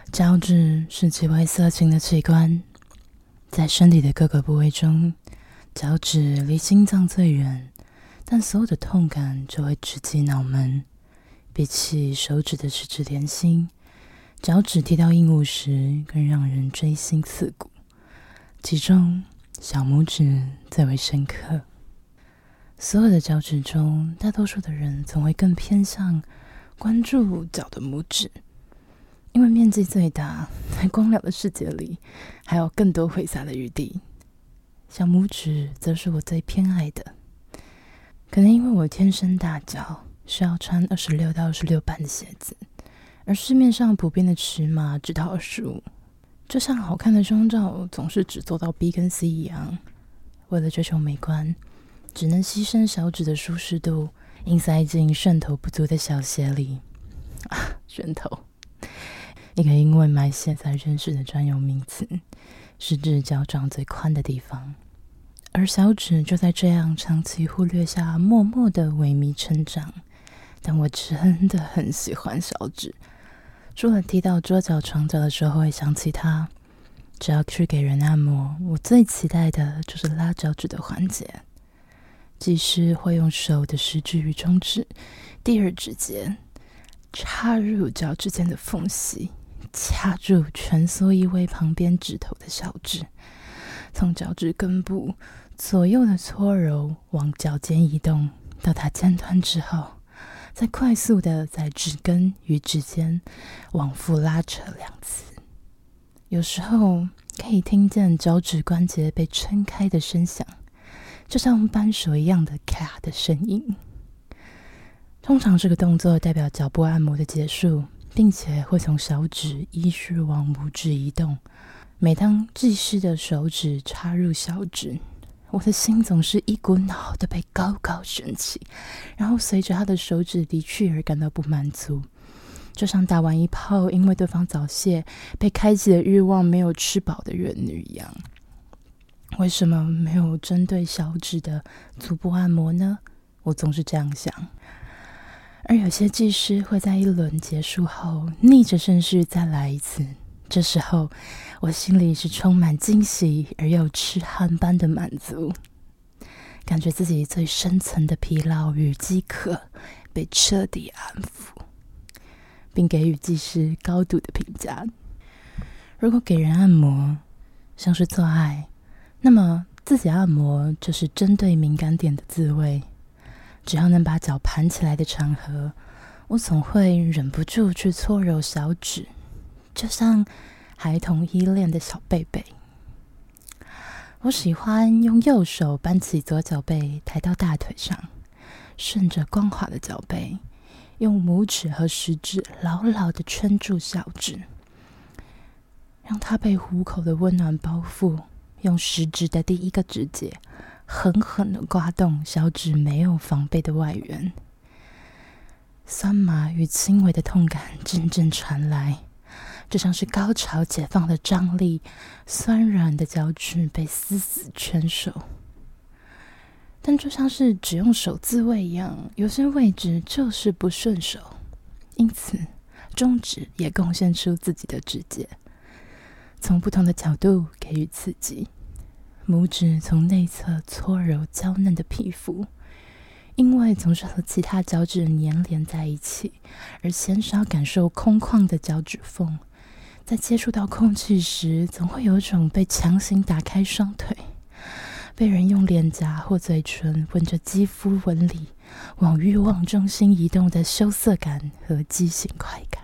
脚趾是极为色情的器官，在身体的各个部位中，脚趾离心脏最远，但所有的痛感就会直击脑门。比起手指的十指连心，脚趾踢到硬物时更让人锥心刺骨，其中小拇指最为深刻。所有的脚趾中，大多数的人总会更偏向关注脚的拇指，因为面积最大，在光疗的世界里还有更多挥洒的余地。小拇指则是我最偏爱的，可能因为我天生大脚，需要穿26到26版的鞋子，而市面上普遍的尺码只到25，就像好看的胸罩总是只做到 B 跟 C 一样，为了追求美观，只能牺牲小指的舒适度，硬塞进楦头不足的小鞋里。楦头，一个因为买鞋才认识的专有名词，是指脚掌最宽的地方。而小指就在这样长期忽略下默默的萎靡成长，但我真的很喜欢小指，除了提到桌角床角的时候会想起它，只要去给人按摩，我最期待的就是拉脚趾的环节。技师会用手的食指与中指第二指节插入脚趾间的缝隙，掐住蜷缩依偎旁边指头的小指，从脚趾根部左右的搓揉往脚尖移动，到达尖端之后，再快速的在指根与指尖往复拉扯2次。有时候可以听见脚趾关节被撑开的声响，就像扳手一样的咔的声音。通常这个动作代表脚部按摩的结束，并且会从小指依序往拇指移动。每当技师的手指插入小指，我的心总是一股脑的被高高升起，然后随着他的手指离去而感到不满足，就像打完一炮因为对方早泄被开启的欲望没有吃饱的怨女一样。为什么没有针对小指的足部按摩呢？我总是这样想。而有些技师会在一轮结束后逆着顺序再来一次，这时候我心里是充满惊喜而又痴汉般的满足，感觉自己最深层的疲劳与饥渴被彻底安抚，并给予技师高度的评价。如果给人按摩像是做爱，那么自己按摩就是针对敏感点的自慰。只要能把脚盘起来的场合，我总会忍不住去搓揉小指，就像孩童依恋的小贝贝。我喜欢用右手扳起左脚背抬到大腿上，顺着光滑的脚背，用拇指和食指牢牢地圈住小指，让它被虎口的温暖包覆，用食指的第一个指节狠狠地刮动小指没有防备的外缘，酸麻与轻微的痛感阵阵传来，就像是高潮解放的张力，酸软的脚趾被死死圈手。但就像是只用手自慰一样，有些位置就是不顺手，因此中指也贡献出自己的指节，从不同的角度给予刺激。拇指从内侧搓揉娇嫩的皮肤，因为总是和其他脚趾粘连在一起，而鲜少感受空旷的脚趾缝，在接触到空气时，总会有种被强行打开双腿，被人用脸颊或嘴唇吻着肌肤纹理，往欲望中心移动的羞涩感和畸形快感。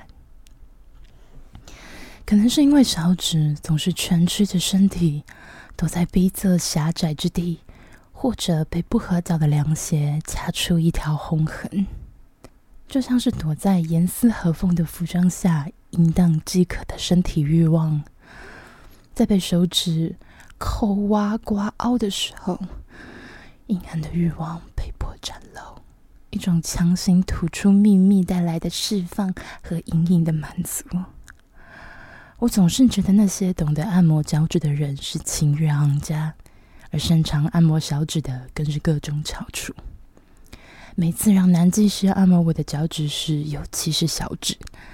可能是因为小指总是蜷曲着身体，躲在逼仄狭窄之地，或者被不合脚的凉鞋掐出一条红痕，就像是躲在严丝合缝的服装下淫荡饥渴的身体欲望，在被手指抠挖刮凹的时候，阴暗的欲望被迫展露，一种强行吐出秘密带来的释放和隐隐的满足。我总是觉得那些懂得按摩脚趾的人是情欲行家，而擅长按摩小指的更是各种翘楚。每次让男技师按摩我的脚趾时，尤其是小指，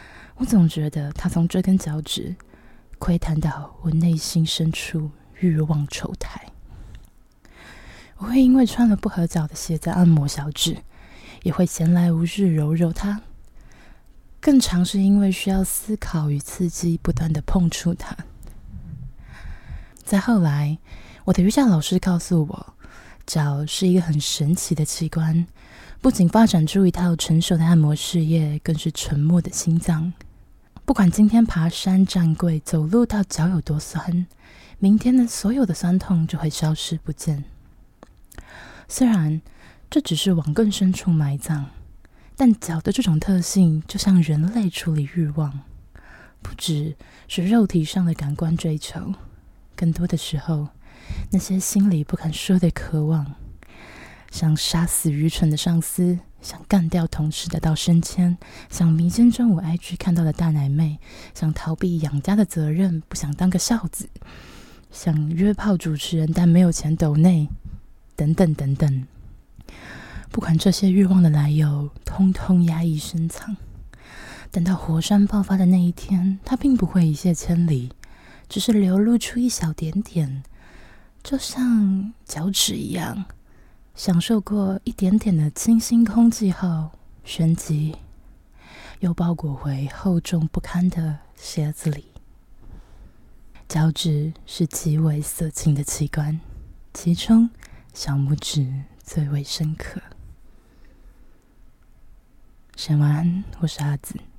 我总觉得它从这根脚趾窥探到我内心深处欲望丑态。我会因为穿了不合脚的鞋子按摩小指，也会闲来无事揉揉它，更常是因为需要思考与刺激，不断的碰触它。再后来，我的瑜伽老师告诉我，脚是一个很神奇的器官，不仅发展出一套成熟的按摩事业，更是沉默的心脏。不管今天爬山、站柜、走路到脚有多酸，明天的所有的酸痛就会消失不见。虽然这只是往更深处埋葬，但脚的这种特性就像人类处理欲望，不只是肉体上的感官追求，更多的时候，那些心里不敢说的渴望，想杀死愚蠢的上司，想干掉同事得到升迁，想迷奸中午 IG 看到的大奶妹，想逃避养家的责任，不想当个孝子，想约炮主持人但没有钱抖内，等等等等。不管这些欲望的来由，通通压抑深藏。等到火山爆发的那一天，它并不会一泻千里，只是流露出一小点点，就像脚趾一样，享受过一点点的清新空气后，旋即又包裹回厚重不堪的鞋子里。脚趾是极为色情的器官，其中小拇指最为深刻。晚安，我是阿紫。